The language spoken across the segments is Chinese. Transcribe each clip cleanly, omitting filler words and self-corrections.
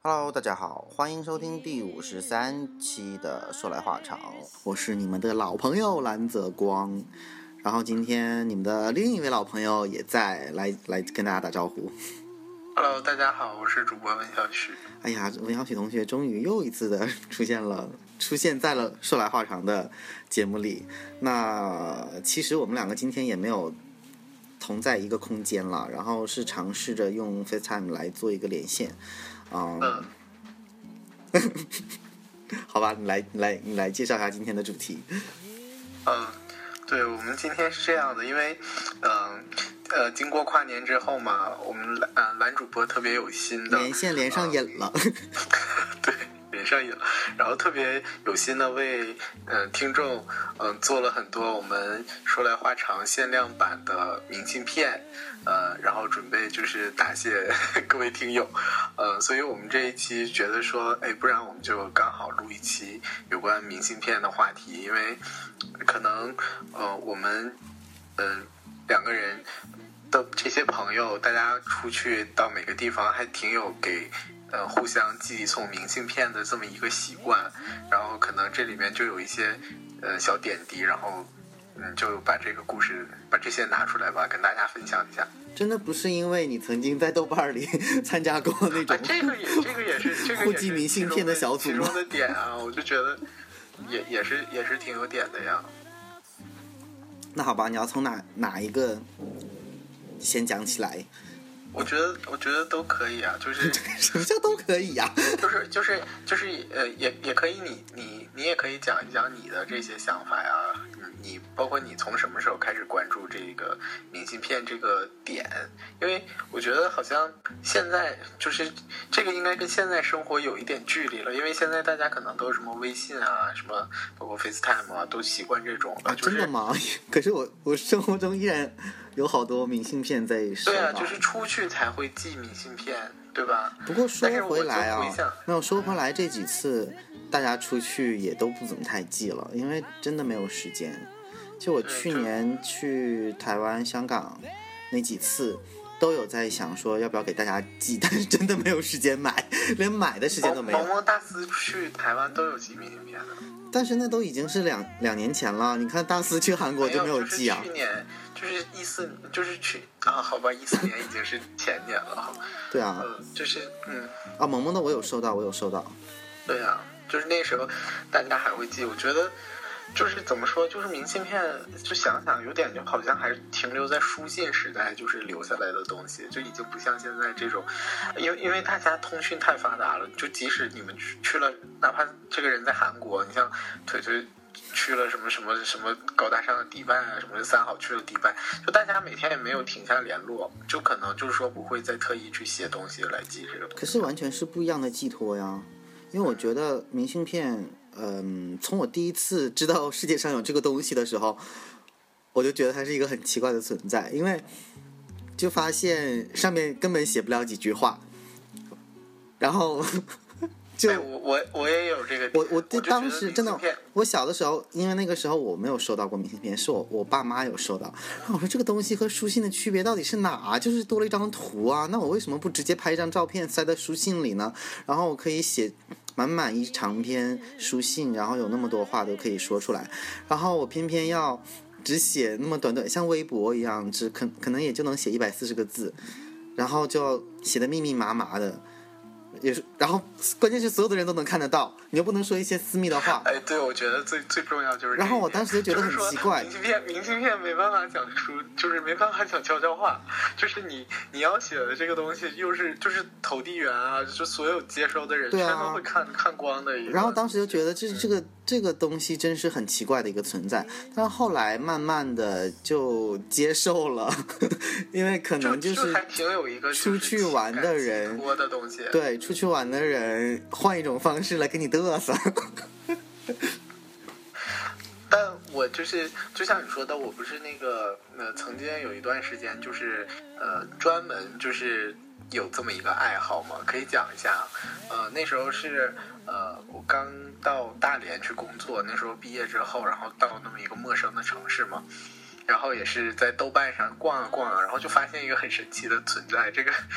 Hello， 大家好，欢迎收听第53期的说来话长，我是你们的老朋友蓝泽光，然后今天你们的另一位老朋友也在，来跟大家打招呼。 Hello， 大家好，我是主播文小曲。 哎呀，文小曲同学终于又一次的出现在了说来话长的节目里。那其实我们两个今天也没有同在一个空间了，然后是尝试着用 FaceTime 来做一个连线。好吧，你来介绍一下今天的主题。 对，我们今天是这样的，因为经过跨年之后嘛，我们蓝主播特别有心的连线连上瘾了。 对，连上瘾了，然后特别有心的为听众做了很多我们说来话长限量版的明信片，然后准备就是答谢各位听友，所以我们这一期觉得说，不然我们就刚好录一期有关明信片的话题，因为可能我们两个人的这些朋友，大家出去到每个地方还挺有给互相寄送明信片的这么一个习惯，然后可能这里面就有一些小点滴，然后就把这个故事把这些拿出来吧，跟大家分享一下。 真的不是因为你曾经在豆瓣里参加过那种这个也是互寄明信片的小组吗？ 其中的点啊，我就觉得也是挺有点的呀。 那好吧，你要从哪一个先讲起来？ 我觉得都可以啊，就是什么叫都可以呀？ 就是也可以，你也可以讲一讲你的这些想法呀，你包括你从什么时候开始关注这个明信片这个点，因为我觉得好像现在就是这个应该跟现在生活有一点距离了，因为现在大家可能都什么微信啊，什么包括 FaceTime 啊，都习惯这种了。 真的吗？可是我生活中依然有好多明信片在收到。 对啊，就是出去才会寄明信片，对吧？ 不过说回来啊，没有说回来，这几次大家出去也都不怎么太寄了，因为真的没有时间。就我去年去台湾、香港那几次，都有在想说要不要给大家寄，但是真的没有时间买，连买的时间都没有。 萌萌大师去台湾都有寄明信片的， 但是那都已经是两年前了。你看大四去韩国就没有寄啊。 就是去年就是14，就是去啊，好吧，14年已经是前年了。 对啊， 就是萌萌的我有收到。 对啊，就是那时候大家还会寄，我觉得。就是怎么说，就是明信片，就想想有点就好像还停留在书信时代，就是留下来的东西，就已经不像现在这种，因为大家通讯太发达了，就即使你们去了，哪怕这个人在韩国，你像腿腿去了什么高大上的迪拜啊，什么3号去了迪拜，就大家每天也没有停下联络，就可能就是说不会再特意去写东西来寄这个东西。 可是完全是不一样的寄托呀，因为我觉得明信片。从我第一次知道世界上有这个东西的时候，我就觉得它是一个很奇怪的存在，因为就发现上面根本写不了几句话，然后就我也有这个， 我当时真的，我小的时候，因为那个时候我没有收到过明信片，是我爸妈有收到，然后我说这个东西和书信的区别到底是哪？就是多了一张图啊，那我为什么不直接拍一张照片塞在书信里呢？然后我可以写满一长篇书信，然后有那么多话都可以说出来，然后我偏偏要只写那么短，像微博一样，可能也就能写140个字，然后就写得密密麻麻的，也是，然后关键是所有的人都能看得到，你又不能说一些私密的话。 对，我觉得最重要就是这一点。 然后我当时就觉得很奇怪， 明信片没办法讲出，就是没办法讲悄悄话，就是你要写的这个东西，就是投递员啊，就所有接收的人全都会看光的一个。 然后当时就觉得这个东西真是很奇怪的一个存在，但后来慢慢的就接受了，因为可能就是还挺有一个出去玩的人的东西， 对，出去玩的人换一种方式来给你嘚瑟。 但我就像你说的，我不是那个曾经有一段时间就是专门就是有这么一个爱好嘛，可以讲一下。那时候是我刚到大连去工作，那时候毕业之后，然后到那么一个陌生的城市嘛，然后也是在豆瓣上逛啊逛啊，然后就发现一个很神奇的存在，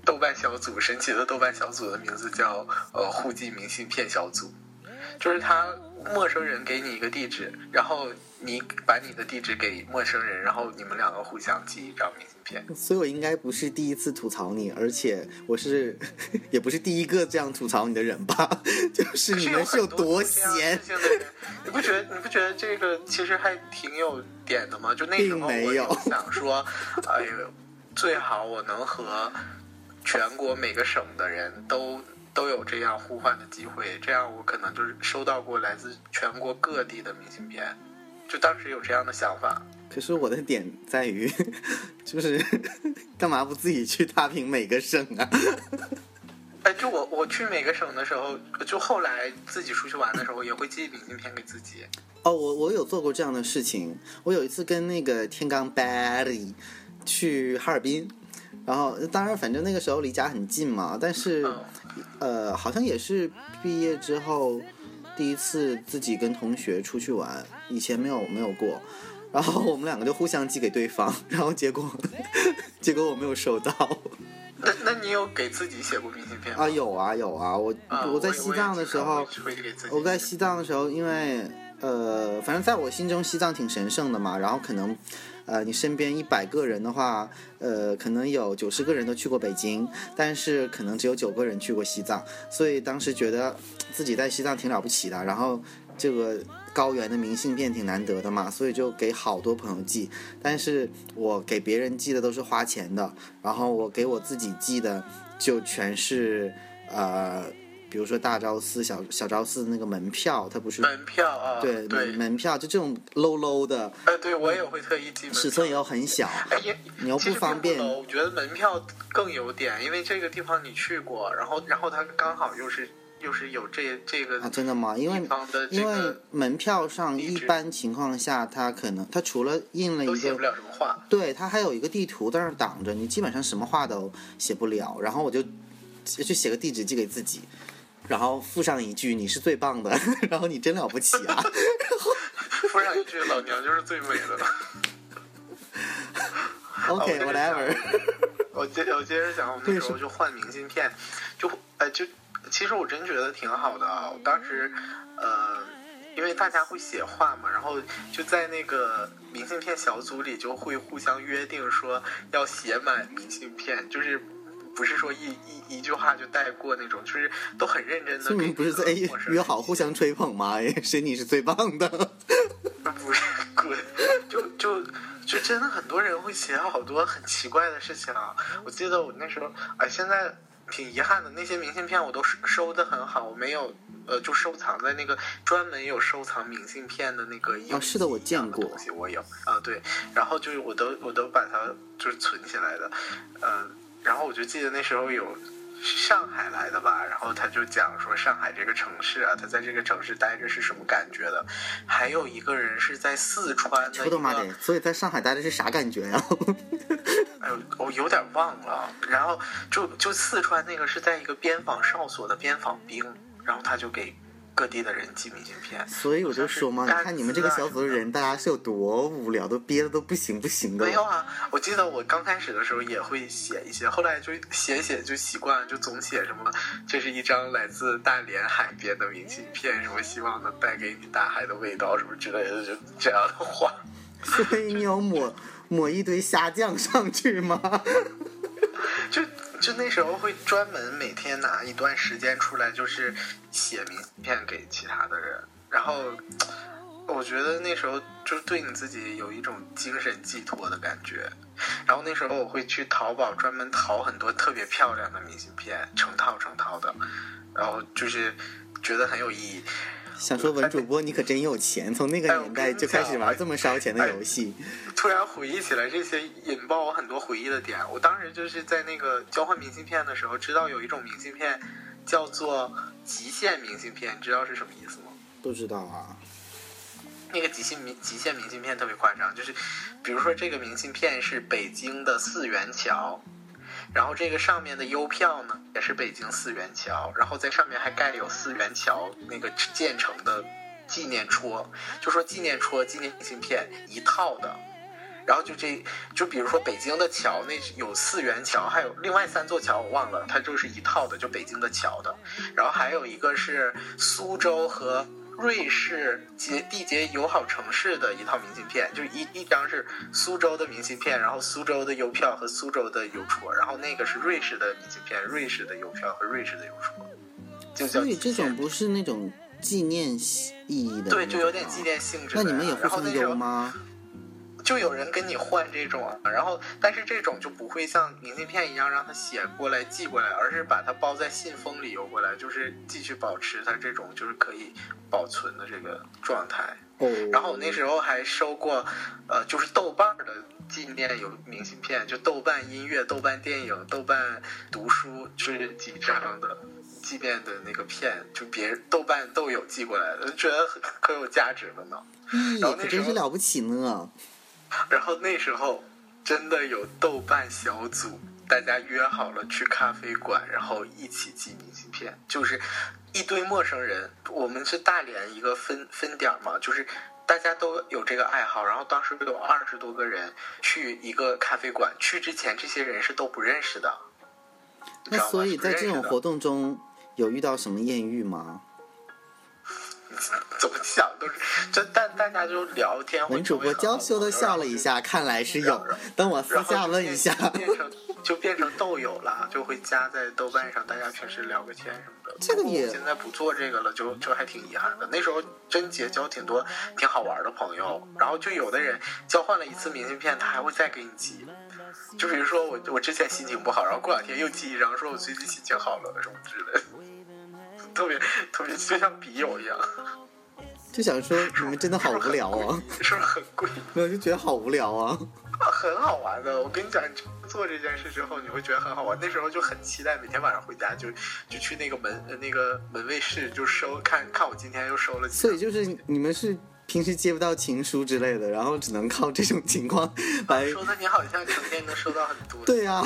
豆瓣小组，神奇的豆瓣小组的名字叫互寄明信片小组，就是他陌生人给你一个地址，然后你把你的地址给陌生人，然后你们两个互相寄一张明信片。 所以我应该不是第一次吐槽你，而且我是也不是第一个这样吐槽你的人吧？就是你们是有多闲？ 你不觉得这个其实还挺有点的吗？就那时候我有想说，哎呦，最好我能和全国每个省的人都有这样互换的机会，这样我可能就是收到过来自全国各地的明信片，就当时有这样的想法。 可是我的点在于，就是干嘛不自己去踏平每个省啊？ 哎，就我去每个省的时候，就后来自己出去玩的时候，也会寄明信片给自己。 哦，我有做过这样的事情。我有一次跟那个天罡 Barry 去哈尔滨。然后当然反正那个时候离家很近嘛，但是好像也是毕业之后第一次自己跟同学出去玩，以前没有过，然后我们两个就互相寄给对方，然后结果我没有收到。 那你有给自己写过明信片吗？ 有啊，我在西藏的时候，因为反正在我心中西藏挺神圣的嘛，然后可能你身边100个人的话，可能有90个人都去过北京，但是可能只有9个人去过西藏，所以当时觉得自己在西藏挺了不起的，然后这个高原的明信片挺难得的嘛，所以就给好多朋友寄，但是我给别人寄的都是花钱的，然后我给我自己寄的就全是比如说大昭寺、小昭寺那个门票，它不是门票啊？ 对，门票就这种 low 的。 对，我也会特意寄门票， 尺寸又很小，你又不方便。 我觉得门票更有点，因为这个地方你去过，然后它刚好又是有这个真的吗？因为门票上一般情况下，它除了印了一个都写不了什么话， 对，它还有一个地图在那挡着，你基本上什么话都写不了。然后我就写个地址寄给自己。然后附上一句你是最棒的，然后你真了不起啊！ 附上一句老娘就是最美的了。 OK whatever。 我接着讲，我们那时候就换明信片，就其实我真觉得挺好的啊。我当时因为大家会写话嘛，然后就在那个明信片小组里就会互相约定说要写满明信片，就是不是说一句话就带过那种，就是都很认真的。 你们不是在约好互相吹捧吗？谁你是最棒的？ 不是滚，就真的很多人会写好多很奇怪的事情啊！我记得我那时候，现在挺遗憾的，那些明信片我都收得很好，我没有就收藏在那个专门有收藏明信片的那个是的，我见过东西，我有对，然后就是我都把它就是存起来的，然后我就记得那时候有上海来的吧，然后他就讲说上海这个城市啊，他在这个城市待着是什么感觉的。还有一个人是在四川的， 求他妈的，所以在上海待着是啥感觉呀？ 哎呦，我有点忘了。然后就四川那个是在一个边防哨所的边防兵，然后他就给各地的人寄明信片。 所以我就说嘛，你看你们这个小组的人，大家是有多无聊，都憋的都不行的。 没有啊，我记得我刚开始的时候也会写一些，后来就写就习惯了，就总写什么这是一张来自大连海边的明信片，什么希望能带给你大海的味道什么之类的，就这样的话。 所以你要抹一堆虾酱上去吗？ 就那时候会专门每天拿一段时间出来，就是写明信片给其他的人，然后我觉得那时候就对你自己有一种精神寄托的感觉。然后那时候我会去淘宝专门淘很多特别漂亮的明信片，成套的，然后就是觉得很有意义。 想说文主播你可真有钱，从那个年代就开始玩这么烧钱的游戏。 突然回忆起来，这些引爆我很多回忆的点。我当时就是在那个交换明信片的时候，知道有一种明信片叫做极限明信片，知道是什么意思吗？ 不知道啊。 那个极限明信片特别夸张，就是比如说这个明信片是北京的四元桥，然后这个上面的邮票呢也是北京四元桥，然后在上面还盖有四元桥那个建成的纪念戳，就说纪念戳、纪念明信片一套的， 然后就比如说北京的桥，那有4元桥，还有另外3座桥我忘了，它就是一套的，就北京的桥的。然后还有一个是苏州和瑞士缔结友好城市的一套明信片，就是一张是苏州的明信片，然后苏州的邮票和苏州的邮戳，然后那个是瑞士的明信片，瑞士的邮票和瑞士的邮戳，就叫。 所以这种不是那种纪念意义的， 对，就有点纪念性质的。 那你们也互相邮吗？ 就有人跟你换这种啊，然后但是这种就不会像明信片一样让他写过来寄过来，而是把它包在信封里邮过来，就是继续保持它这种就是可以保存的这个状态。然后我那时候还收过就是豆瓣的纪念有明信片，就豆瓣音乐、豆瓣电影、豆瓣读书，就是几张的纪念的那个片，就豆瓣都有寄过来的，觉得可有价值了呢。然后那时候可真是了不起呢。 然后那时候真的有豆瓣小组，大家约好了去咖啡馆，然后一起寄明信片，就是一堆陌生人。我们是大连一个分点嘛，就是大家都有这个爱好，然后当时有20多个人去一个咖啡馆，去之前这些人是都不认识的。 那所以在这种活动中有遇到什么艳遇吗？ 怎么想都是，但大家就聊天。 文主播娇羞的笑了一下，看来是有。等我私下问一下。 就变成豆友了，就会加在豆瓣上，大家平时聊个天什么的。 这个也现在不做这个了，就还挺遗憾的。那时候真结交挺多挺好玩的朋友，然后就有的人交换了一次明信片，他还会再给你寄。就比如说我之前心情不好，然后过2天又寄一张，说我最近心情好了什么之类的，特别就像笔友一样。 就想说你们真的好无聊啊！ 是不是很贵？ 没有，就觉得好无聊啊。 很好玩的，我跟你讲，你做这件事之后，你会觉得很好玩。那时候就很期待，每天晚上回家就去那个门卫室就收看我今天又收了几。 所以就是你们是平时接不到情书之类的，然后只能靠这种情况来。 说的你好像成天能收到很多。 对啊，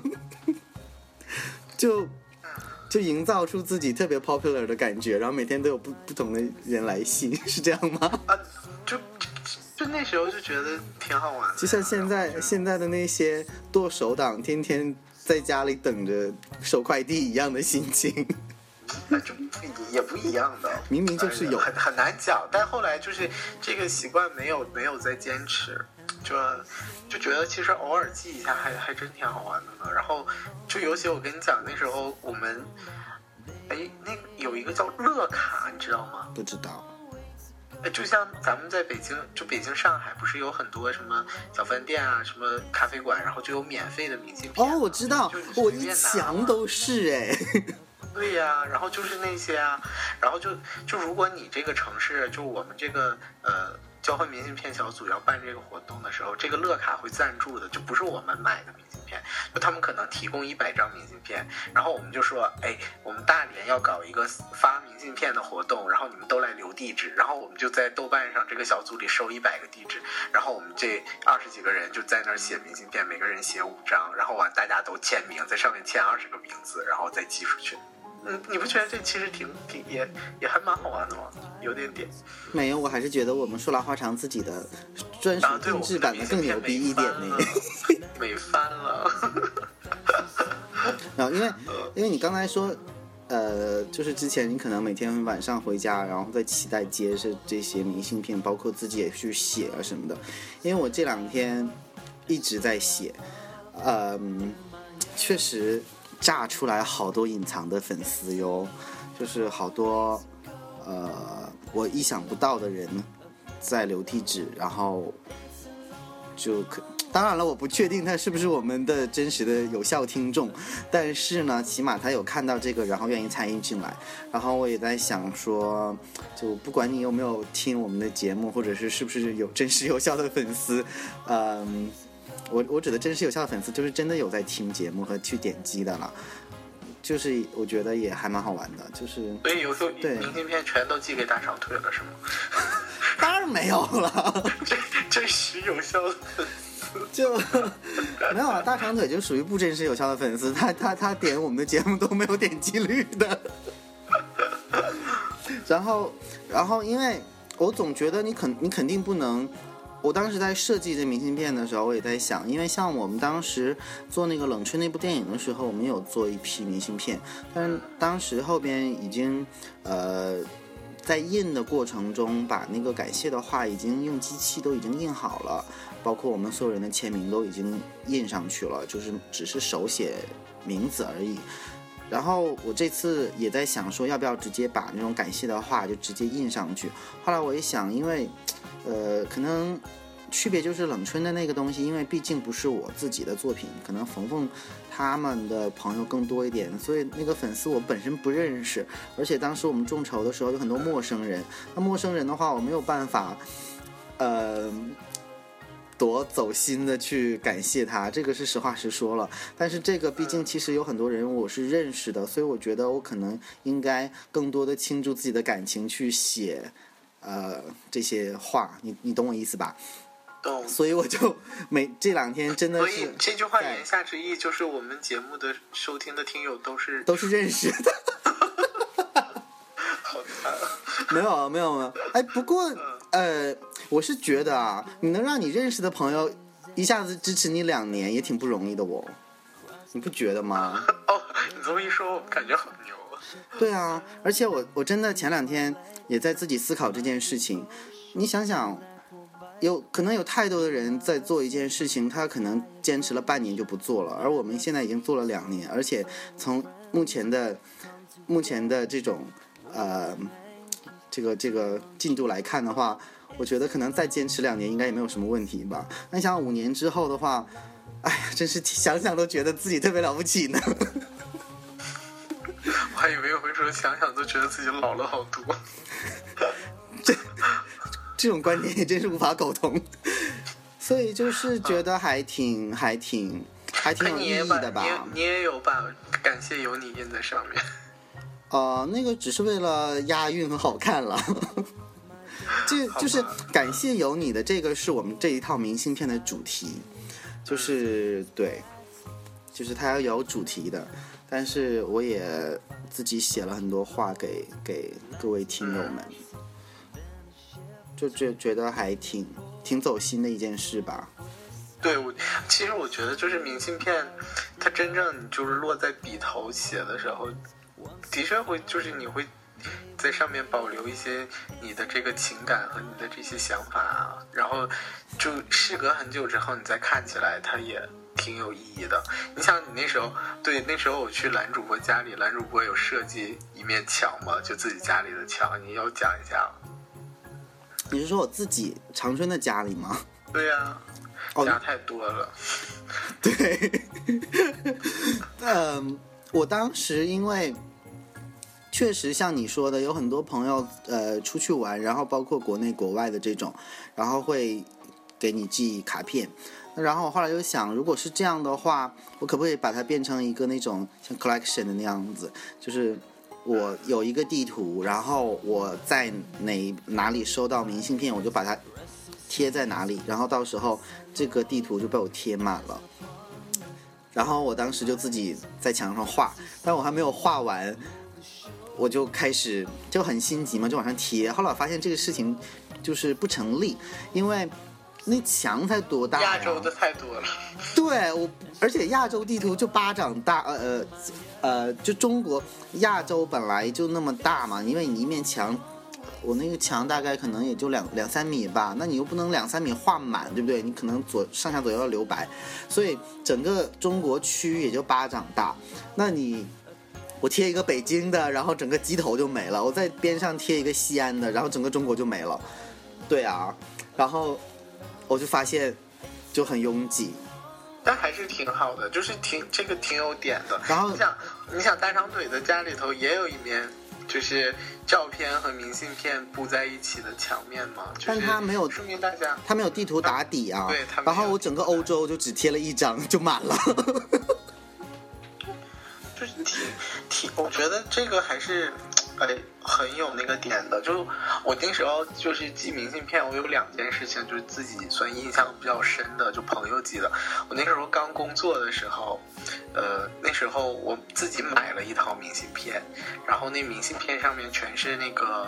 就营造出自己特别 popular 的感觉，然后每天都有不同的人来信，是这样吗？ 就那时候就觉得挺好玩的， 就像现在的那些剁手党，天天在家里等着收快递一样的心情。 就也不一样的， 明明就是有， 很难讲。但后来就是这个习惯没有再坚持，就觉得其实偶尔记一下还真挺好玩的呢。然后就尤其我跟你讲，那时候我们那个有一个叫乐卡，你知道吗？ 不知道。 就像咱们在北京、上海，不是有很多什么小饭店啊，什么咖啡馆，然后就有免费的明信片。 哦，我知道，我一墙都是哎。 对呀，然后就是那些啊，然后就如果你这个城市，就我们这个交换明信片小组要办这个活动的时候，这个乐卡会赞助的，就不是我们买的明信片，就他们可能提供100张明信片，然后我们就说，我们大连要搞一个发明信片的活动，然后你们都来留地址，然后我们就在豆瓣上这个小组里收100个地址，然后我们这20几个人就在那儿写明信片，每个人写5张，然后完大家都签名，在上面签20个名字，然后再寄出去。你不觉得这其实也还蛮好玩的吗？有点。 没有，我还是觉得我们说来话长自己的专属定制版的更牛逼一点呢。 美翻了。 然后因为你刚才说，就是之前你可能每天晚上回家，然后在期待接着这些明信片，包括自己也去写啊什么的。因为我这2天一直在写，确实。炸出来好多隐藏的粉丝哟，就是好多我意想不到的人在留地址，然后当然了，我不确定他是不是我们的真实的有效听众，但是呢，起码他有看到这个，然后愿意参与进来。然后我也在想说，就不管你有没有听我们的节目，或者是不是有真实有效的粉丝，我指的真实有效的粉丝就是真的有在听节目和去点击的了，就是我觉得也还蛮好玩的，就是所以有时候明信片全都寄给大长腿了是吗？ 当然没有了， 真实有效的粉丝就没有了。大长腿就属于不真实有效的粉丝，他点我们的节目都没有点击率的。然后因为我总觉得你肯定不能我当时在设计这明信片的时候，我也在想，因为像我们当时做那个冷春那部电影的时候，我们有做一批明信片，但是当时后边已经在印的过程中，把那个感谢的话已经用机器都已经印好了，包括我们所有人的签名都已经印上去了，就是只是手写名字而已。然后我这次也在想说，要不要直接把那种感谢的话就直接印上去。后来我一想，因为可能区别就是冷春的那个东西，因为毕竟不是我自己的作品，可能冯冯他们的朋友更多一点，所以那个粉丝我本身不认识，而且当时我们众筹的时候有很多陌生人，那陌生人的话我没有办法多走心的去感谢他，这个是实话实说了。但是这个毕竟其实有很多人我是认识的，所以我觉得我可能应该更多的倾注自己的感情去写这些话，你懂我意思吧？ 懂。 所以我就这2天真的是， 所以这句话言下之意就是我们节目的收听的听友都是认识的。 好惨。 没有，哎，不过我是觉得啊，你能让你认识的朋友一下子支持你2年，也挺不容易的哦，你不觉得吗？ 哦，你这么一说，我感觉好牛啊。 对啊，而且我真的前2天也在自己思考这件事情。你想想，可能有太多的人在做一件事情，他可能坚持了半年就不做了，而我们现在已经做了2年，而且从目前的这种这个进度来看的话，我觉得可能再坚持2年应该也没有什么问题吧。那想5年之后的话，哎呀，真是想想都觉得自己特别了不起呢。 我还以为会说想想都觉得自己老了好多。 这种观点也真是无法苟同，所以就是觉得还挺有意义的吧。 你也有把感谢有你印在上面。 那个只是为了押韵和好看了。就是感谢有你的这个是我们这一套明信片的主题，就是对，就是它要有主题的。但是我也自己写了很多话给各位听友们，就觉得还挺走心的一件事吧。 对，其实我觉得就是明信片，它真正就是落在笔头写的时候，的确会就是你会在上面保留一些你的这个情感和你的这些想法啊，然后就事隔很久之后你再看起来，它也挺有意义的。你想你那时候我去蓝主播家里，蓝主播有设计一面墙嘛，就自己家里的墙，你要讲一下吗？ 你是说我自己长春的家里吗？ 对呀，家太多了。 对。我当时因为确实像你说的，有很多朋友出去玩，然后包括国内国外的这种，然后会给你寄卡片。然后我后来就想，如果是这样的话，我可不可以把它变成一个那种像 collection 的那样子，就是我有一个地图，然后我在哪里收到明信片，我就把它贴在哪里，然后到时候这个地图就被我贴满了。然后我当时就自己在墙上画，但我还没有画完，我就开始就很心急嘛，就往上贴。后来我发现这个事情就是不成立，因为那墙才多大呀？ 亚洲的太多了。 对，而且亚洲地图就巴掌大，就中国亚洲本来就那么大嘛，因为你一面墙，我那个墙大概可能也就2-3米吧，那你又不能2-3米画满，对不对？你可能上下左右要留白，所以整个中国区也就巴掌大。那我贴一个北京的，然后整个鸡头就没了；我在边上贴一个西安的，然后整个中国就没了。对啊，然后我就发现就很拥挤， 但还是挺好的，就是这个挺有点的。 然后你想大长腿的家里头也有一面就是照片和明信片布在一起的墙面嘛， 但他没有说明大家他没有地图打底啊。 对， 然后我整个欧洲就只贴了1张就满了。 就是我觉得这个还是很有那个点的。就我那时候就是寄明信片，我有2件事情就是自己算印象比较深的，就朋友寄的。我那时候刚工作的时候，那时候我自己买了一套明信片，然后那明信片上面全是那个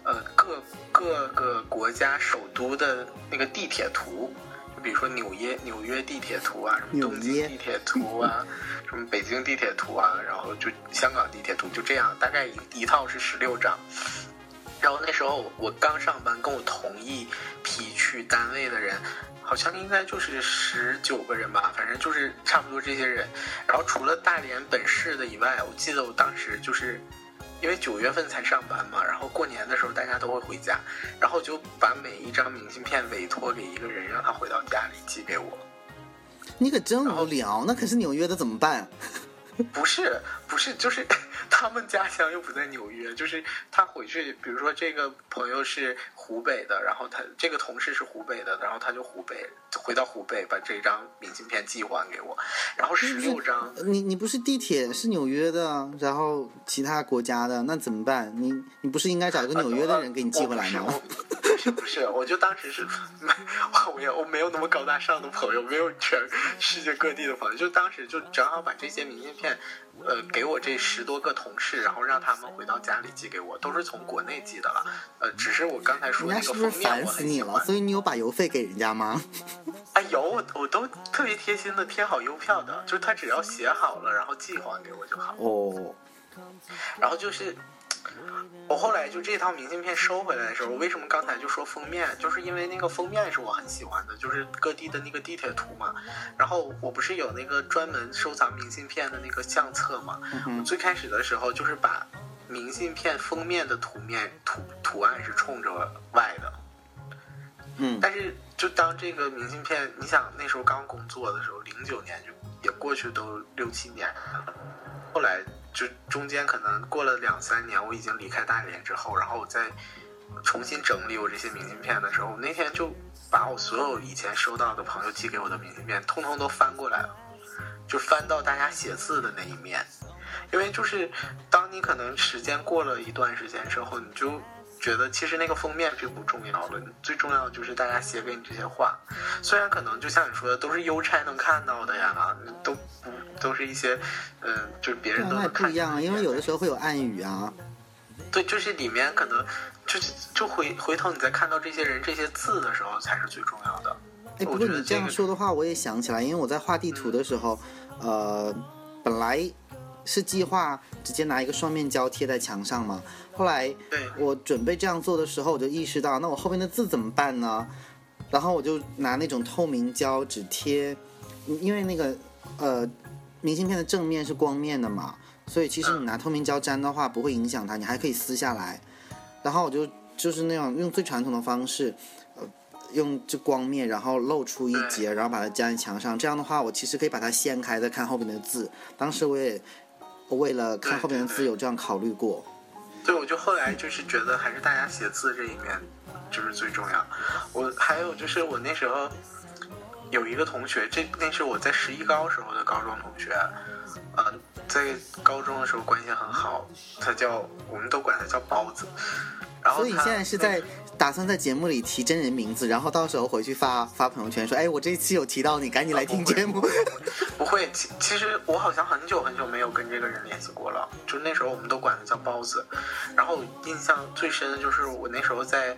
各个国家首都的那个地铁图，比如说纽约地铁图啊，什么东京地铁图啊，什么北京地铁图啊，然后就香港地铁图，就这样，大概一套是16张。然后那时候我刚上班，跟我同一批去单位的人，好像应该就是19个人吧，反正就是差不多这些人。然后除了大连本市的以外，我记得我当时就是因为9月份才上班嘛，然后过年的时候大家都会回家，然后就把每一张明信片委托给一个人，让他回到家里寄给我。 你可真无聊，那可是纽约的怎么办？ 不是，就是他们家乡又不在纽约，就是他回去，比如说这个朋友是湖北的，然后他这个同事是湖北的，然后他就回到湖北把这张明信片寄还给我，然后16张。 你不是地铁是纽约的，然后其他国家的，那怎么办？你不是应该找一个纽约的人给你寄回来吗？ 不是，我就当时是我没有那么高大上的朋友，没有全世界各地的朋友，就当时就正好把这些明信片给我这10多个同事，然后让他们回到家里寄给我，都是从国内寄的了。只是我刚才说那个封面我很喜欢。人家是不是烦死你了？所以你有把邮费给人家吗？ 有，我都特别贴心的贴好邮票的，就是他只要写好了，然后寄还给我就好。 哦。 然后就是我后来就这套明信片收回来的时候，我为什么刚才就说封面，就是因为那个封面是我很喜欢的，就是各地的那个地铁图嘛。然后我不是有那个专门收藏明信片的那个相册嘛，我最开始的时候就是把明信片封面的图案是冲着外的。但是就当这个明信片，你想那时候刚工作的时候，09年就也过去都6、7年了，后来就中间可能过了2、3年，我已经离开大连之后，然后我再重新整理我这些明信片的时候，我那天就把我所有以前收到的朋友寄给我的明信片通通都翻过来了，就翻到大家写字的那一面。因为就是当你可能时间过了一段时间之后，你就觉得其实那个封面并不重要了，最重要的就是大家写给你这些话。虽然可能就像你说的都是邮差能看到的呀，都是一些就是别人都能看到。 那不一样啊，因为有的时候会有暗语啊。 对，就是里面可能就回头你再看到这些人这些字的时候才是最重要的。 不过你这样说的话，我也想起来，因为我在画地图的时候，本来是计划直接拿一个双面胶贴在墙上嘛，后来我准备这样做的时候，我就意识到，那我后面的字怎么办呢？然后我就拿那种透明胶纸贴，因为那个明信片的正面是光面的嘛，所以其实你拿透明胶粘的话不会影响它，你还可以撕下来。然后我就是那样用最传统的方式，用这光面，然后露出一截，然后把它粘在墙上。这样的话，我其实可以把它掀开再看后面的字。当时我为了看后面的字有这样考虑过。 对，我就后来就是觉得还是大家写字这一面就是最重要。我还有就是我那时候有一个同学，那是我在11高时候的高中同学，在高中的时候关系很好，我们都管他叫包子。然后所以现在是打算在节目里提真人名字，然后到时候回去发朋友圈说，哎，我这一期有提到你，赶紧来听节目。 不会，其实我好像很久没有跟这个人联系过了，就那时候我们都管他叫包子。然后印象最深的就是我那时候在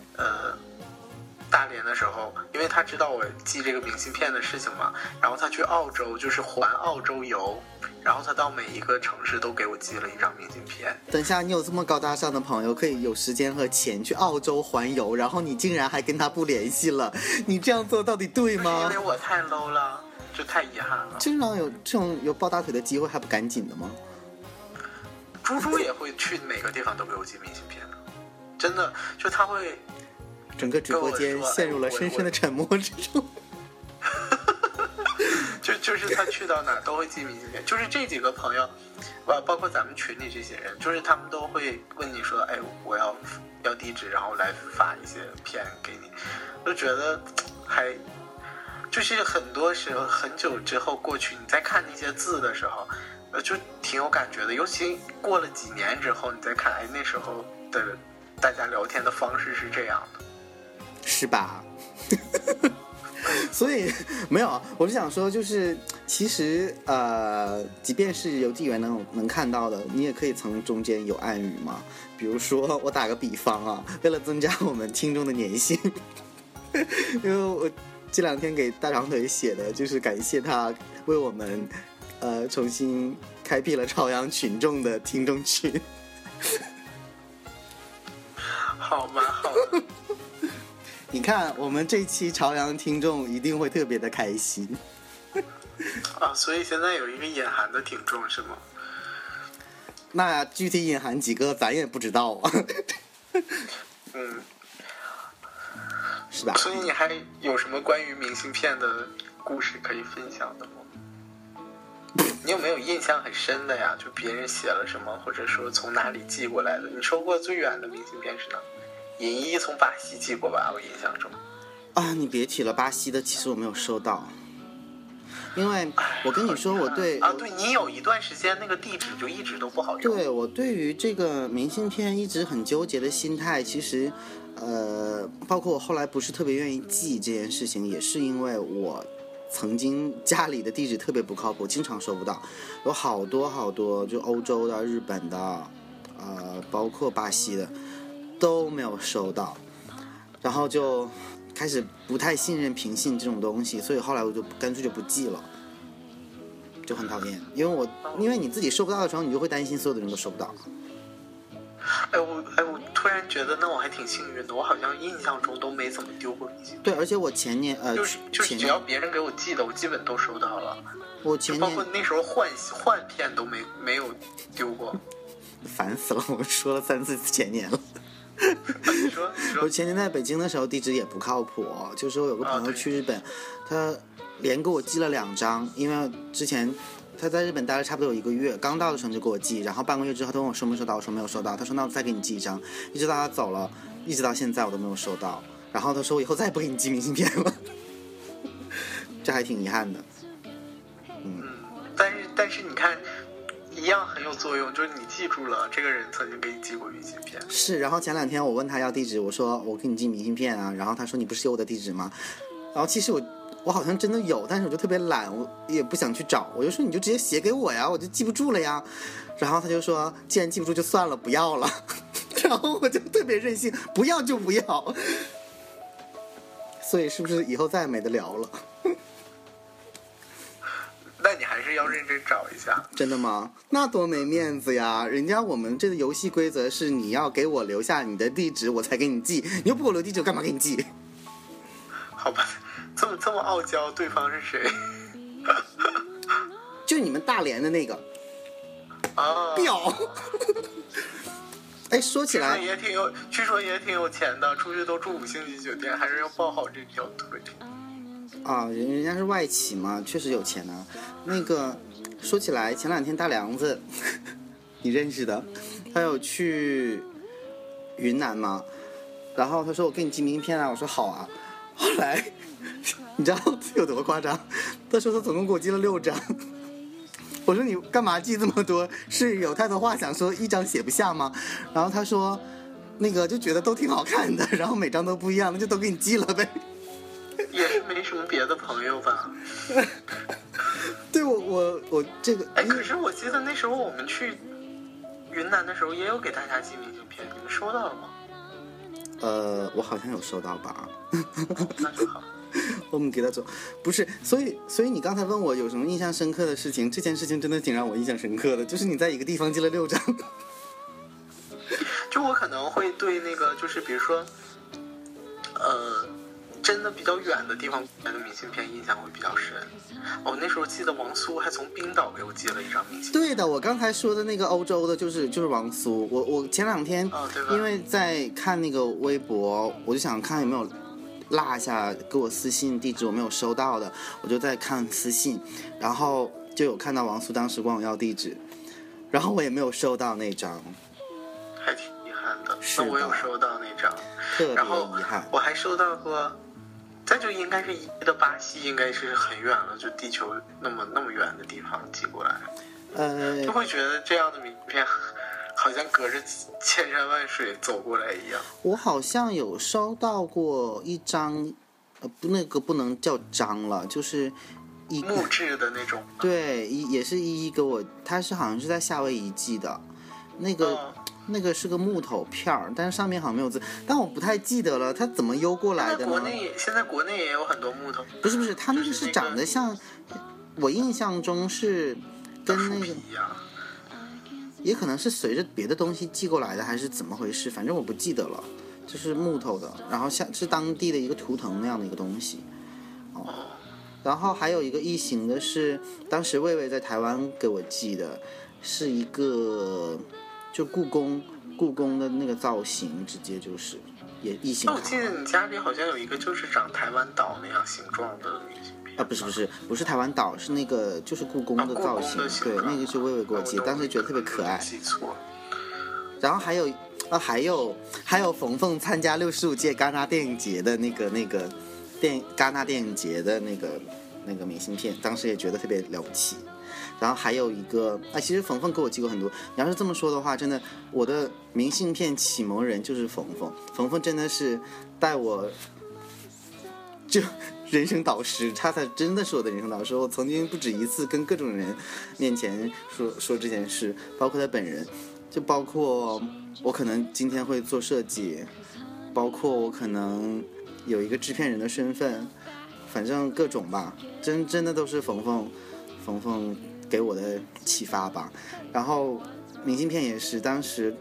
大连的时候，因为他知道我寄这个明信片的事情嘛，然后他去澳洲就是环澳洲游，然后他到每一个城市都给我寄了一张明信片。 等一下，你有这么高大上的朋友，可以有时间和钱去澳洲环游，然后你竟然还跟他不联系了，你这样做到底对吗？ 因为我太 low 了，就太遗憾了。 经常有这种有抱大腿的机会还不赶紧的吗？ 猪猪也会去每个地方都给我寄明信片的，真的，就他会。 整个直播间陷入了深深的沉默之中。 就是他去到哪儿都会寄明信片，就是这几个朋友，包括咱们群里这些人，就是他们都会问你说，哎，我要地址，然后来发一些片给你。我就觉得就是很多时候很久之后过去，你再看那些字的时候，就挺有感觉的。尤其过了几年之后，你再看，哎，那时候的大家聊天的方式是这样的。 是吧？所以没有，我是想说，就是其实即便是邮递员能看到的，你也可以从中间有暗语嘛。比如说，我打个比方啊，为了增加我们听众的粘性，因为我这2天给大长腿写的就是感谢他为我们重新开辟了朝阳群众的听众群。 好吗？好吗？ 你看，我们这期朝阳听众一定会特别的开心。 啊，所以现在有一个隐含的听众是吗？ 那具体隐含几个咱也不知道啊。 嗯， 是吧？ 所以你还有什么关于明信片的故事可以分享的吗？你有没有印象很深的呀？就别人写了什么，或者说从哪里寄过来的？你收过最远的明信片是哪？尹一从巴西寄过吧，我印象中。 啊，你别提了，巴西的其实我没有收到。因为我跟你说，我对对你有一段时间那个地址就一直都不好用。 对，我对于这个明信片一直很纠结的心态，其实包括我后来不是特别愿意寄这件事情，也是因为我曾经家里的地址特别不靠谱，经常收不到，有好多就欧洲的、日本的，包括巴西的都没有收到，然后就开始不太信任平信这种东西，所以后来我就干脆就不寄了，就很讨厌，因为你自己收不到的时候，你就会担心所有的人都收不到。 我突然觉得那我还挺幸运的，我好像印象中都没怎么丢过明信片。 对，而且我前年就是只要别人给我寄的，我基本都收到了。 我前年包括那时候换片都没有丢过。 烦死了，我说了3次前年了。 你说我前年在北京的时候地址也不靠谱，就是我有个朋友去日本，他连给我寄了2张，因为之前他在日本待了差不多有1个月，刚到的时候就给我寄，然后半个月之后他问我收没收到，我说没有收到，他说那我再给你寄1张，一直到他走了，一直到现在我都没有收到，然后他说我以后再也不给你寄明信片了。这还挺遗憾的。 但是你看一样很有作用，就是你记住了这个人曾经给你寄过明信片。 是，然后前2天我问他要地址，我说我给你寄明信片啊，然后他说你不是有我的地址吗？然后其实我好像真的有，但是我就特别懒，我也不想去找，我就说你就直接写给我呀，我就记不住了呀。然后他就说既然记不住就算了，不要了。然后我就特别任性，不要就不要。所以是不是以后再也没得聊了？ 那你还是要认真找一下。 真的吗？那多没面子呀！人家我们这个游戏规则是你要给我留下你的地址，我才给你寄。你又不给我留地址，我干嘛给你寄？ 好吧，这么傲娇，对方是谁？ 就你们大连的那个啊， 婊。哎，说起来， 据说也挺有钱的，出去都住5星级酒店，还是要抱好这条腿。 啊，人家是外企嘛，确实有钱啊。那个说起来，前2天大梁子，你认识的，他有去云南嘛，然后他说我给你寄明信片啊，我说好啊。后来你知道有多夸张？他说他总共给我寄了6张。我说你干嘛寄这么多？是有太多话想说，1张写不下吗？然后他说那个就觉得都挺好看的，然后每张都不一样，那就都给你寄了呗。 也是没什么别的朋友吧。 对，我这个可是我记得那时候我们去云南的时候也有给大家寄明信片，你们收到了吗？ 我好像有收到吧。 那就好。 我们给他走，不是，所以你刚才问我有什么印象深刻的事情，这件事情真的挺让我印象深刻的，就是你在一个地方寄了6张。 就我可能会对那个就是比如说真的比较远的地方来的明信片印象会比较深。我那时候记得王苏还从冰岛给我寄了1张明信片。 对的，我刚才说的那个欧洲的就是王苏。我前2天因为在看那个微博，我就想看有没有落下给我私信地址我没有收到的，我就在看私信，然后就有看到王苏当时管我要地址，然后我也没有收到那张， 还挺遗憾的。 是的， 那我有收到那张， 特别遗憾。 我还收到过，再就应该是一的巴西，应该是很远了，就地球那么远的地方寄过来，就会觉得这样的名片好像隔着千山万水走过来一样。 我好像有收到过1张，那个不能叫章了，就是木质的那种。 对，也是依依给我，他是好像是在夏威夷寄的，那个是个木头片儿，但是上面好像没有字，但我不太记得了，它怎么邮过来的呢？ 现在国内也有很多木头。 不是，它那个是长得像，我印象中是跟那个，也可能是随着别的东西寄过来的，还是怎么回事？反正我不记得了，就是木头的，然后像是当地的一个图腾那样的一个东西，然后还有一个异形的是，当时魏魏在台湾给我寄的，是一个。就故宫的那个造型，直接就是也异形。 我记得你家里好像有一个就是长台湾岛那样形状的明信片。 不是台湾岛，是那个就是故宫的造型。对，那个是微微给我寄，当时觉得特别可爱。 记错。 然后还有冯冯参加65届戛纳电影节的那个戛纳电影节的那个明信片，当时也觉得特别了不起。然后还有一个其实冯冯给我寄过很多。你要是这么说的话，真的，我的明信片启蒙人就是冯冯。冯冯真的是带我就人生导师，他真的是我的人生导师。我曾经不止一次跟各种人面前说这件事，包括他本人，就包括我可能今天会做设计，包括我可能有一个制片人的身份，反正各种吧，真的都是冯冯给我的启发吧。然后明信片也是，当时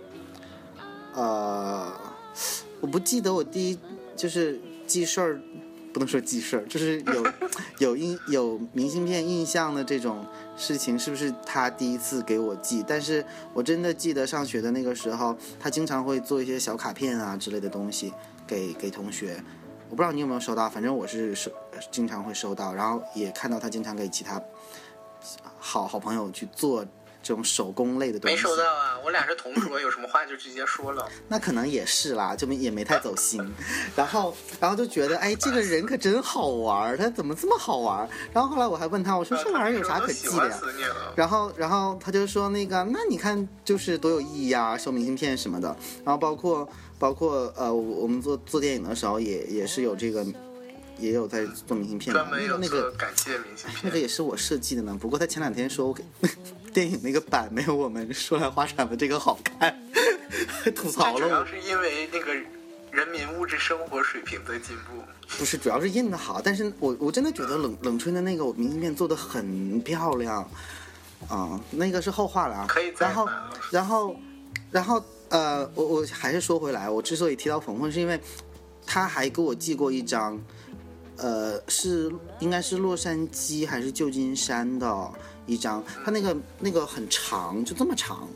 我不记得我第一就是记事儿，不能说记事儿，就是有明信片印象的这种事情，是不是他第一次给我寄？但是我真的记得上学的那个时候，他经常会做一些小卡片啊之类的东西给同学。我不知道你有没有收到，反正我是经常会收到，然后也看到他经常给其他好朋友去做这种手工类的东西。 没收到啊，我俩是同桌，有什么话就直接说了。 那可能也是啦，就也没太走心。然后就觉得，这个人可真好玩，他怎么这么好玩？然后后来我还问他，我说这玩意儿有啥可记的呀？然后他就说那你看就是多有意义啊，收明信片什么的。然后包括我们做电影的时候也是有这个。也有在做明信片， 专门有做感谢明信片， 那个也是我设计的呢。不过他前2天说我给电影那个版没有我们说来话长的这个好看，吐槽了。 主要是因为那个人民物质生活水平在进步。 不是，主要是印的好。但是我真的觉得冷春的那个明信片做的很漂亮那个是后话了啊。 可以再买了。 然后我还是说回来，我之所以提到冯冯，是因为他还给我寄过一张。应该是洛杉矶还是旧金山的一张，它那个很长，就这么长。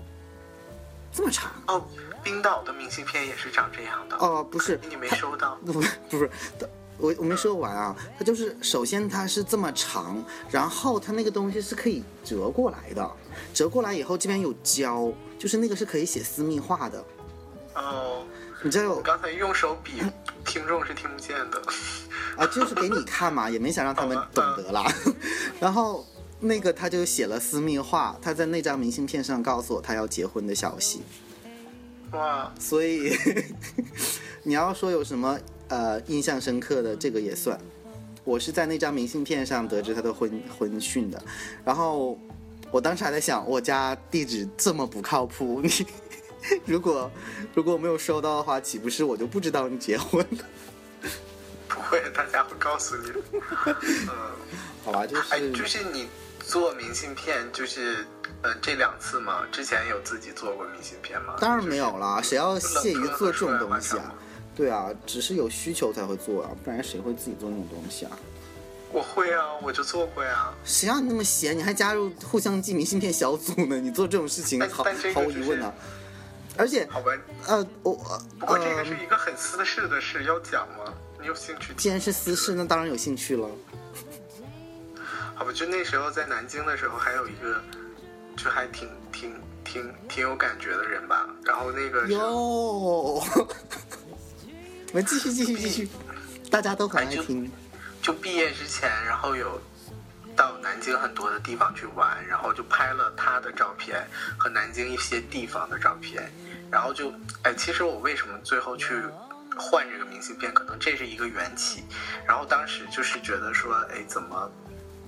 哦，冰岛的明信片也是长这样的。 不是， 你没收到？ 不是，我没说完啊。它就是首先它是这么长，然后它那个东西是可以折过来的，折过来以后这边有胶，就是那个是可以写私密话的。你知道我刚才用手比，听众是听不见的。 就是给你看嘛，也没想让他们懂得啦。然后那个他就写了私密话，他在那张明信片上告诉我他要结婚的消息。 哇！ 所以你要说有什么印象深刻的，这个也算。我是在那张明信片上得知他的婚讯的。然后我当时还在想，我家地址这么不靠谱，你如果我没有收到的话，岂不是我就不知道你结婚了？ 不会，大家会告诉你。 好吧， 就是你做明信片，就是这2次嘛，之前有自己做过明信片吗？ 当然没有啦，谁要屑于做这种东西啊？对啊，只是有需求才会做啊，不然谁会自己做那种东西啊？ 我会啊，我就做过呀。 谁让你那么闲？你还加入互相寄明信片小组呢？你做这种事情毫无疑问啊。而且， 好吧，不过这个是一个很私事的事，要讲吗？你有兴趣？ 既然是私事，那当然有兴趣了。 好吧，就那时候在南京的时候，还有一个，就还挺有感觉的人吧。然后那个我们继续，大家都很爱听。 就毕业之前，然后有到南京很多的地方去玩，然后就拍了他的照片和南京一些地方的照片。然后就其实我为什么最后去换这个明信片，可能这是一个缘起。然后当时就是觉得说怎么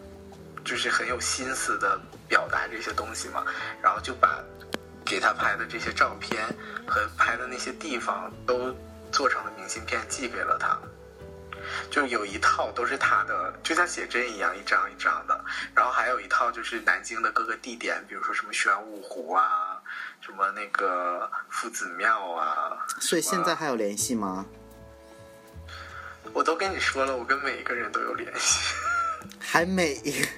就是很有心思的表达这些东西嘛，然后就把给他拍的这些照片和拍的那些地方都做成了明信片寄给了他。就有一套都是他的，就像写真一样，一张一张的，然后还有一套就是南京的各个地点，比如说什么玄武湖啊，什么那个夫子庙啊。 所以现在还有联系吗？ 我都跟你说了，我跟每一个人都有联系。 还没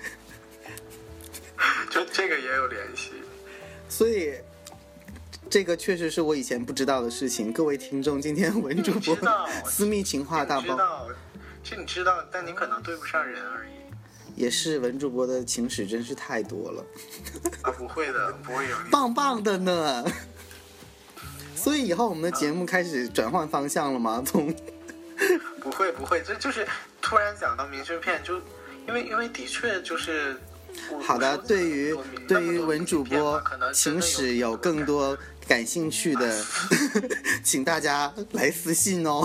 就这个也有联系。 所以这个确实是我以前不知道的事情。各位听众，今天文主播私密情话大爆， 是你知道，但你可能对不上人而已。 也是文主播的情史真是太多了。 啊，不会的，不会有你。 棒棒的呢。所以以后我们的节目开始转换方向了吗？从不会，这就是突然讲到明信片，就因为的确就是。 好的，对于文主播情史有更多感兴趣的，请大家来私信哦。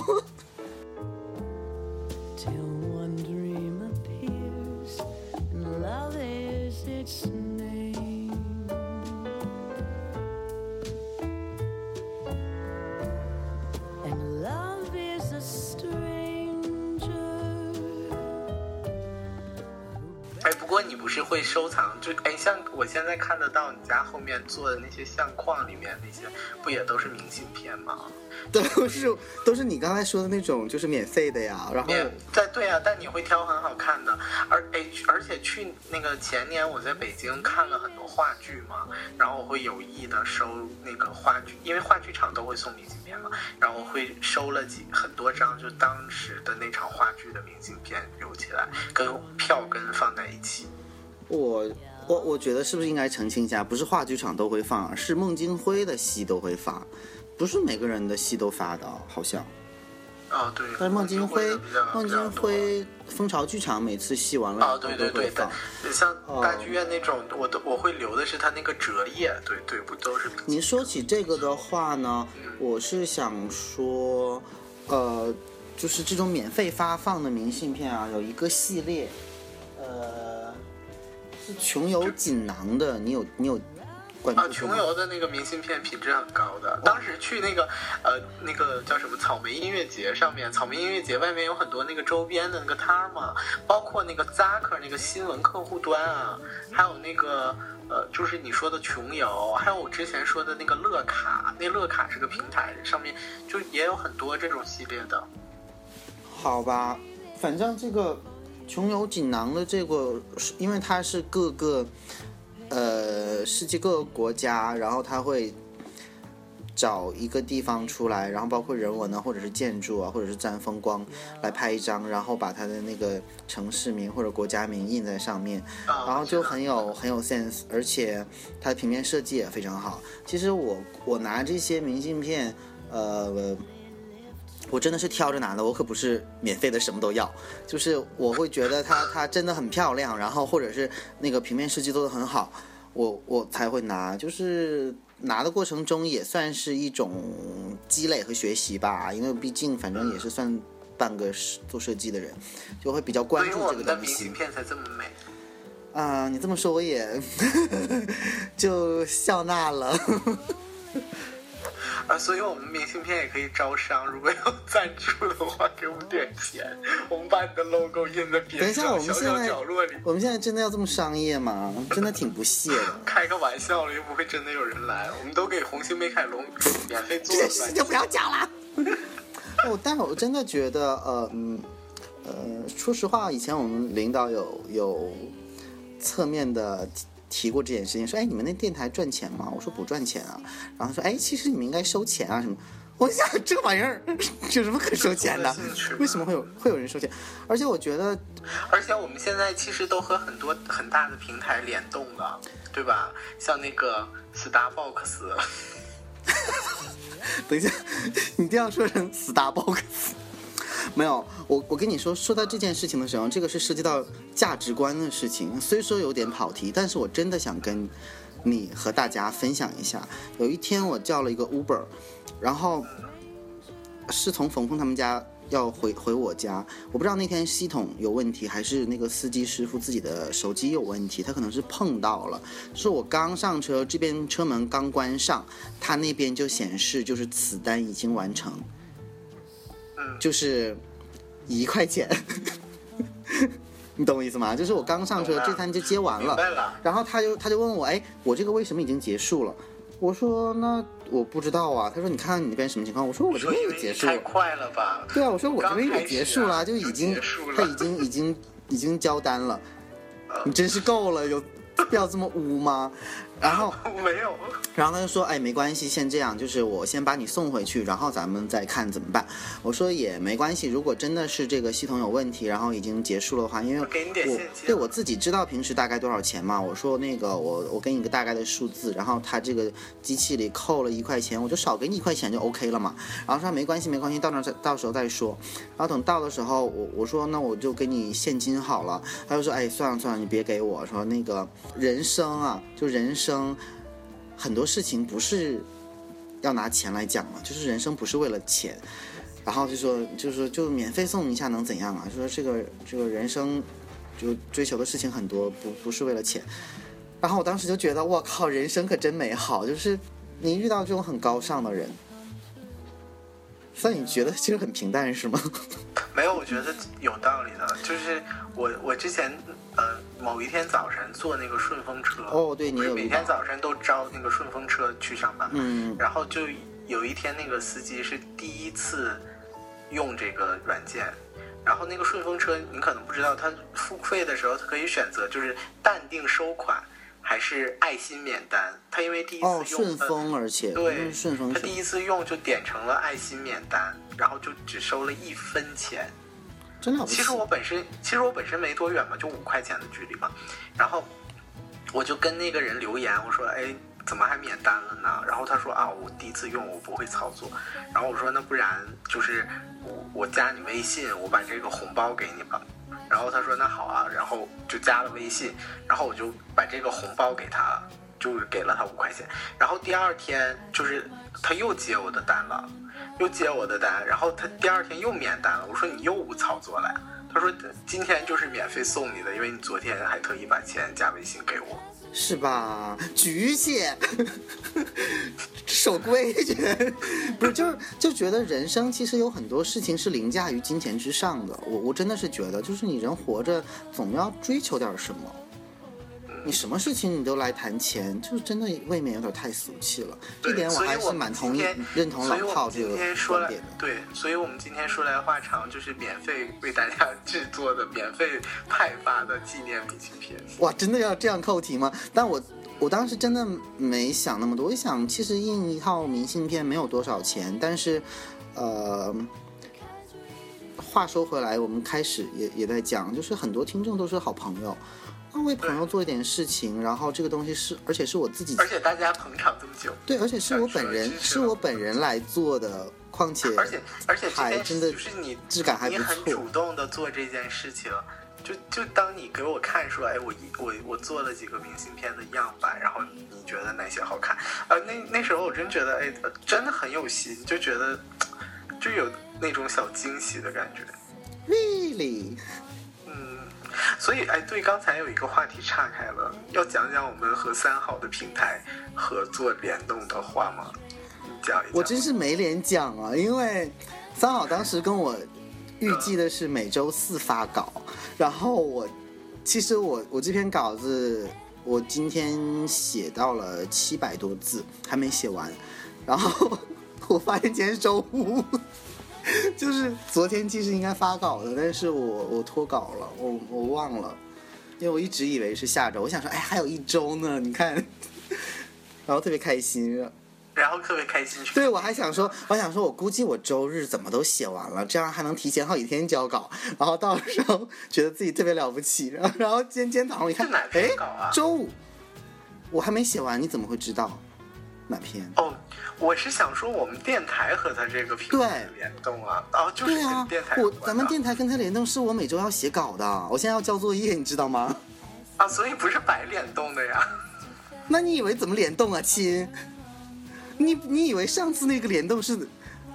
不过你不是会收藏，就像我现在看得到你家后面做的那些相框里面那些，不也都是明信片吗？ 都是你刚才说的那种，就是免费的呀。然后对呀，但你会挑很好看的，而且去那个前年我在北京看了很多话剧嘛，然后我会有意的收那个话剧，因为话剧场都会送明信片嘛，然后我会收了很多张就当时的那场话剧的明信片留起来，跟票根放在一起。 我觉得是不是应该澄清一下，不是话剧场都会放，是孟京辉的戏都会发，不是每个人的戏都发的，好像。 哦，对。 但是孟京辉蜂巢剧场每次戏完了对，像大剧院那种，我会留的是他那个折页，对，不都是。 你说起这个的话呢，我是想说，就是这种免费发放的明信片啊，有一个系列，是穷游锦囊的，你有关注吗？ 穷游的那个明信片品质很高的。当时去那个叫什么草莓音乐节上面，草莓音乐节外面有很多那个周边的那个摊嘛，包括那个 Zaker 那个新闻客户端啊，还有那个就是你说的穷游，还有我之前说的那个乐卡，那乐卡是个平台，上面就也有很多这种系列的。 好吧，反正这个穷游锦囊的这个，因为它是各个世界各个国家，然后它会找一个地方出来，然后包括人文啊，或者是建筑啊，或者是自然风光来拍一张，然后把它的那个城市名或者国家名印在上面，然后就很有 sense， 而且它的平面设计也非常好。其实我拿这些明信片，我真的是挑着拿的，我可不是免费的什么都要，就是我会觉得它真的很漂亮，然后或者是那个平面设计做得很好，我才会拿。就是拿的过程中也算是一种积累和学习吧，因为毕竟反正也是算半个做设计的人，就会比较关注这个东西。所以我们的明信片才这么美啊！你这么说我也就笑纳了。 所以我们明信片也可以招商，如果有赞助的话，给我们点钱，我们把你的 logo 印在边上小小角落里。 我们现在真的要这么商业吗？真的挺不屑的。 开个玩笑了，又不会真的有人来。我们都给红星美凯龙免费做了。 这事就不要讲了。但我真的觉得，说实话，以前我们领导有侧面的提过这件事情，说你们那电台赚钱吗？我说不赚钱啊。然后说其实你们应该收钱啊什么。我想这玩意儿有什么可收钱的？为什么会有人收钱？而且我觉得， 而且我们现在其实都和很多很大的平台联动了，对吧？像那个 Starbucks。 等一下，你一定要说成 Starbucks。没有，我跟你说到这件事情的时候，这个是涉及到价值观的事情，虽说有点跑题，但是我真的想跟你和大家分享一下。有一天我叫了一个 Uber， 然后是从冯冯他们家要回我家，我不知道那天系统有问题，还是那个司机师傅自己的手机有问题，他可能是碰到了，是我刚上车，这边车门刚关上，他那边就显示就是此单已经完成，就是1块钱。你懂我意思吗？就是我刚上车，这单就接完了，然后他就问我，哎，我这个为什么已经结束了？我说那我不知道啊。他说你看看你那边什么情况？我说我这边也结束了。 太快了吧？ 对啊，我说我这边也结束了，就已经他已经交单了。你真是够了，有必要这么污吗？然后没有， 然后他就说，哎，没关系，先这样，就是我先把你送回去，然后咱们再看怎么办。我说也没关系，如果真的是这个系统有问题，然后已经结束了的话，因为我自己知道平时大概多少钱嘛，我说那个我给你个大概的数字，然后他这个机器里扣了1块钱，我就少给你1块钱就 OK 了嘛。然后说没关系，到时候再说。然后等到的时候，我说那我就给你现金好了。他就说，哎，算了，你别给我，说那个人生啊，就人生。很多事情不是要拿钱来讲嘛，就是人生不是为了钱，然后就免费送一下能怎样啊？就说这个人生就追求的事情很多，不是为了钱。然后我当时就觉得，我靠，人生可真美好，就是你遇到这种很高尚的人。所以你觉得其实很平淡是吗？ 没有，我觉得有道理的。就是我之前某一天早晨坐那个顺风车， 对，你有每天早晨都招那个顺风车去上班，然后就有一天那个司机是第一次用这个软件，然后那个顺风车你可能不知道，他付费的时候他可以选择就是淡定收款还是爱心免单，他因为第一次用顺丰，而且对顺丰， 他第一次用就点成了爱心免单，然后就只收了1分钱。 真的其实我本身没多远嘛，就5块钱的距离嘛。然后我就跟那个人留言，我说，哎，怎么还免单了呢？然后他说啊，我第一次用，我不会操作。然后我说那不然就是我加你微信，我把这个红包给你吧。然后他说那好啊，然后就加了微信，然后我就把这个红包给他，就是给了他5块钱。然后第二天就是他又接我的单了，然后他第二天又免单了。我说你又误操作了呀？他说今天就是免费送你的，因为你昨天还特意把钱加微信给我。 是吧？举起，守规矩，不是就觉得人生其实有很多事情是凌驾于金钱之上的。我真的是觉得，就是你人活着总要追求点什么。你什么事情你都来谈钱，就真的未免有点太俗气了。这点我还是蛮认同老炮这个观点的。 对，所以我们今天说来话长，就是免费为大家制作的、免费派发的纪念明信片。 哇，真的要这样扣题吗？但我当时真的没想那么多，我想其实印一套明信片没有多少钱，但是话说回来，我们开始也在讲，就是很多听众都是好朋友。为朋友做一点事情，然后这个东西是，而且是我自己， 而且大家捧场这么久， 对，而且是我本人来做的，况且而且还真的就是你质感还不错， 你很主动的做这件事情，就当你给我看说，哎，我做了几个明信片的样板，然后你觉得哪些好看？那时候我真觉得，哎，真的很有心，就觉得就有那种小惊喜的感觉。 Really？ 所以，哎，对，刚才有一个话题岔开了，要讲讲我们和3好的平台合作联动的话吗？你讲一讲。 我真是没脸讲啊，因为3好当时跟我预计的是每周4发稿，然后其实我这篇稿子我今天写到了700多字，还没写完，然后我发现今天周5。就是昨天其实应该发稿的，但是我脱稿了，我忘了，因为我一直以为是下周，我想说，哎，还有1周呢，你看，然后特别开心， 然后特别开心。 对，我想说，我估计我周日怎么都写完了，这样还能提前好几天交稿，然后到时候觉得自己特别了不起，然后今天早上一看，哎，周5，我还没写完，你怎么会知道哪篇？ 哦。我是想说，我们电台和他这个平台联动啊，就是跟电台。 咱们电台跟他联动，是我每周要写稿的，我现在要交作业，你知道吗？ 所以不是白联动的呀。 那你以为怎么联动啊，亲？你以为上次那个联动是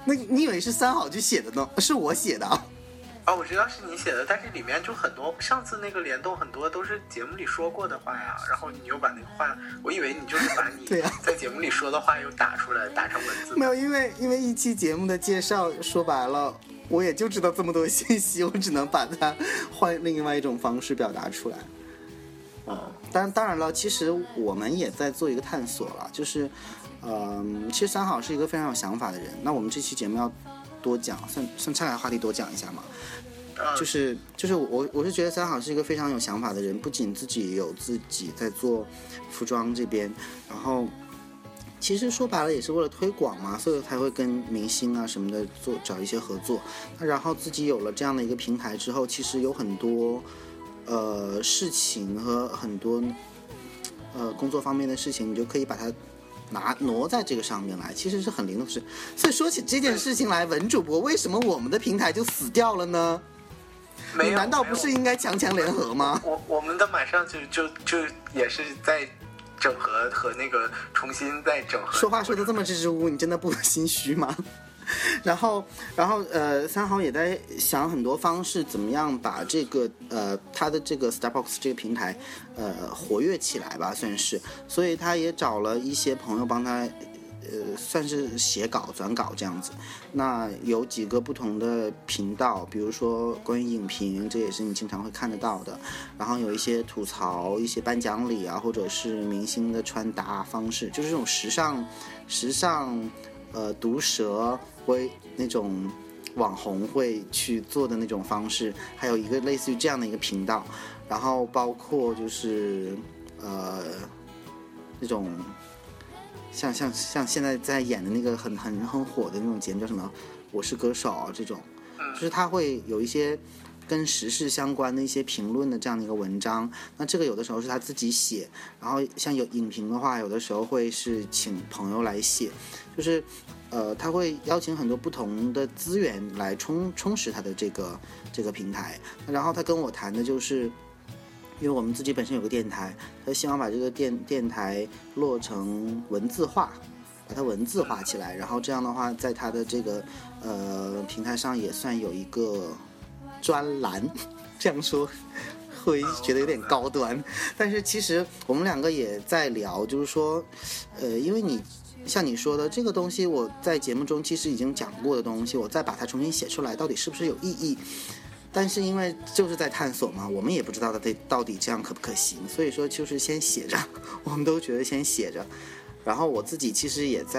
那你以为是三好去写的呢？是我写的啊。 哦，我知道是你写的，但是里面就很多，上次那个联动很多都是节目里说过的话呀，然后你又把那个话，我以为你就是把你在节目里说的话又打出来，打成文字。 没有，因为一期节目的介绍，说白了，我也就知道这么多信息，我只能把它换另外一种方式表达出来。当然了，其实我们也在做一个探索了，就是，其实三好是一个非常有想法的人。那我们这期节目要多讲，算岔开话题多讲一下嘛。就是我是觉得三好是一个非常有想法的人，不仅自己有自己在做服装这边，然后其实说白了也是为了推广嘛，所以才会跟明星啊什么的找一些合作。那然后自己有了这样的一个平台之后，其实有很多事情和很多工作方面的事情，你就可以把它挪在这个上面来，其实是很灵的事。所以说起这件事情来，文主播为什么我们的平台就死掉了呢？你难道不是应该强强联合吗？ 我们的马上就也是在整合和那个重新再整合。 说话说的这么支支吾吾，你真的不心虚吗？然后三好也在想很多方式，怎么样把这个他的这个 Starbucks 这个平台活跃起来吧，算是。所以他也找了一些朋友帮他算是写稿转稿这样子。那有几个不同的频道，比如说关于影评，这也是你经常会看得到的。然后有一些吐槽一些颁奖礼啊，或者是明星的穿搭方式，就是这种时尚毒舌会那种网红会去做的那种方式，还有一个类似于这样的一个频道。然后包括就是那种像现在在演的那个很火的那种节目叫什么《我是歌手》啊，这种就是他会有一些跟时事相关的一些评论的这样的一个文章。那这个有的时候是他自己写，然后像有影评的话，有的时候会是请朋友来写，就是他会邀请很多不同的资源来充实他的这个平台。然后他跟我谈的就是，因为我们自己本身有个电台，他希望把这个电台落成文字化，把它文字化起来，然后这样的话在他的这个平台上也算有一个专栏，这样说会觉得有点高端。但是其实我们两个也在聊，就是说因为像你说的这个东西，我在节目中其实已经讲过的东西，我再把它重新写出来，到底是不是有意义？但是因为就是在探索嘛，我们也不知道到底这样可不可行，所以说就是先写着，我们都觉得先写着。然后我自己其实也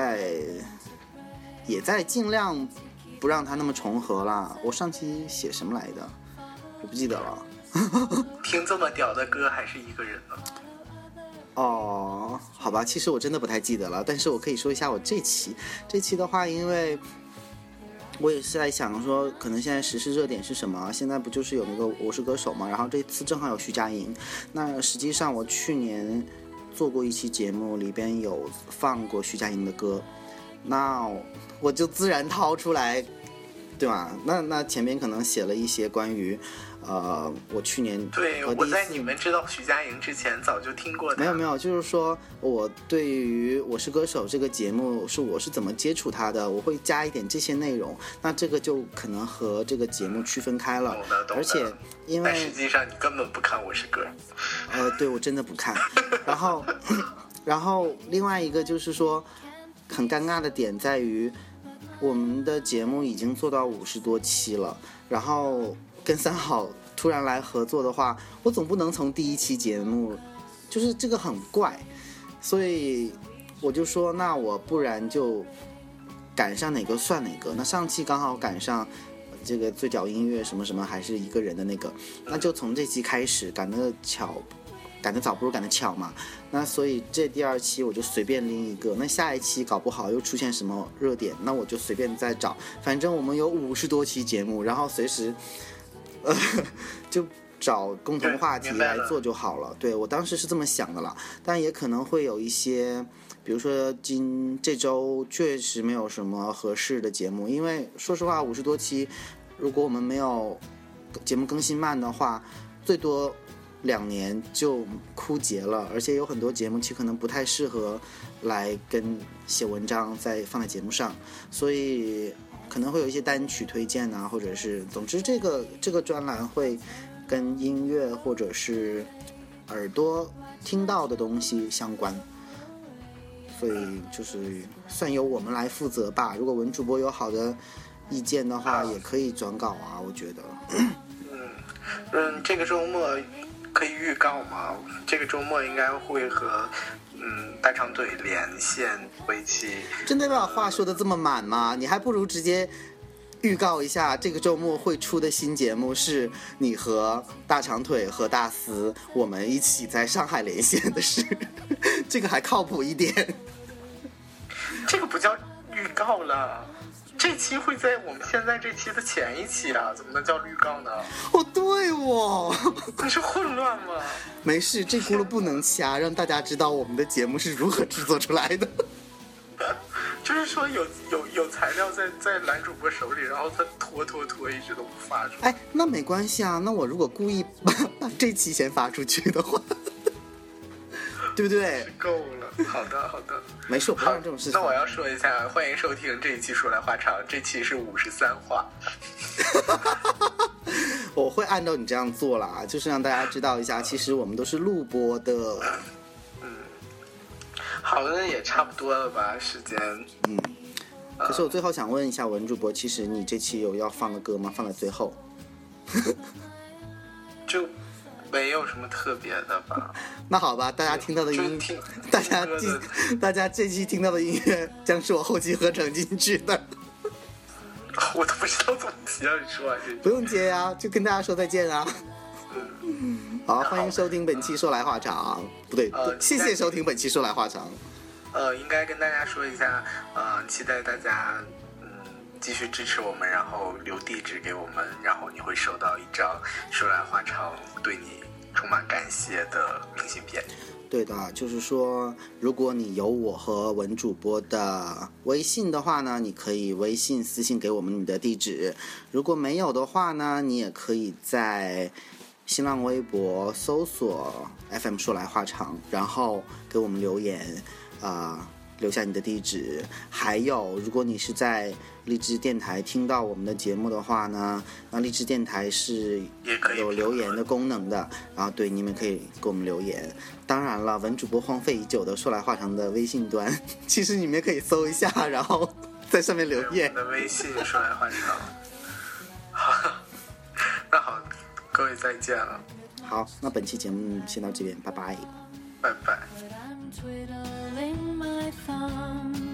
在尽量不让它那么重合啦。我上期写什么来的？我不记得了。 听这么屌的歌还是一个人呢？ 哦，好吧，其实我真的不太记得了，但是我可以说一下我这期的话，因为我也是在想说，可能现在时事热点是什么？现在不就是有那个《我是歌手》嘛，然后这次正好有徐佳莹。那实际上我去年做过一期节目，里边有放过徐佳莹的歌，那我就自然掏出来，对吧？那前面可能写了一些关于我去年对我在你们知道徐佳莹之前早就听过的。 没有，就是说我对于《我是歌手》这个节目我是怎么接触它的，我会加一点这些内容，那这个就可能和这个节目区分开了。 懂而且因为但实际上你根本不看《我是歌》。 对，我真的不看。然后另外一个就是说，很尴尬的点在于，我们的节目已经做到50多期了，然后跟三好突然来合作的话，我总不能从第一期节目，就是这个很怪，所以我就说，那我不然就赶上哪个算哪个。那上期刚好赶上这个最屌音乐什么什么还是一个人的那个，那就从这期开始，赶得早不如赶得巧嘛。那所以这第2期我就随便拎一个，那下一期搞不好又出现什么热点，那我就随便再找，反正我们有50多期节目，然后随时就找共同话题来做就好了。对，我当时是这么想的啦，但也可能会有一些，比如说这周确实没有什么合适的节目，因为说实话50多期，如果我们没有节目更新慢的话，最多2年就枯竭了，而且有很多节目其实可能不太适合来跟写文章再放在节目上，所以可能会有一些单曲推荐啊，或者是总之这个专栏会跟音乐或者是耳朵听到的东西相关，所以就是算由我们来负责吧。如果文主播有好的意见的话，也可以转稿啊，我觉得。 这个周末可以预告吗？这个周末应该会和大长腿连线为期。 真的把话说的这么满吗？你还不如直接预告一下，这个周末会出的新节目是你和大长腿和大思我们一起在上海连线的事，这个还靠谱一点。 这个不叫预告了。这期会在我们现在这期的前一期啊，怎么能叫预告呢？ 哦，对哦， 你是混乱吗？ 没事，这轱辘不能掐，让大家知道我们的节目是如何制作出来的。 就是说有材料在男主播手里，然后他拖一直都不发出来。 哎，那没关系啊，那我如果故意把这期先发出去的话，对不对？ 够了，好的， 没事，不让这种事情。 那我要说一下，欢迎收听这一期说来话长，这期是53话。 我会按照你这样做啦，就是让大家知道一下，其实我们都是录播的。 好的，也差不多了吧，时间。 可是我最后想问一下文主播，其实你这期有要放的歌吗？放在最后。 就没有什么特别的吧。 那好吧，大家听到的音，大家这期听到的音乐将是我后期合成进去的。 我都不知道怎么接啊！你说完这不用接呀，就跟大家说再见啊。好，欢迎收听本期说来话长，不对，谢谢收听本期说来话长。 应该跟大家说一下，期待大家继续支持我们，然后留地址给我们，然后你会收到一张说来话长对你充满感谢的明信片。 对的，就是说，如果你有我和文主播的微信的话呢，你可以微信私信给我们你的地址；如果没有的话呢，你也可以在新浪微博搜索 FM 说来话长，然后给我们留言，留下你的地址。还有，如果你是在荔枝电台听到我们的节目的话呢，那荔枝电台是有留言的功能的，然后对，你们可以给我们留言。当然了，文主播荒废已久的说来话长的微信端，其实你们也可以搜一下，然后在上面留言。 我们的微信说来话长。那好，各位再见了。 好，那本期节目先到这边，拜拜。 拜拜。 Twiddling my thumb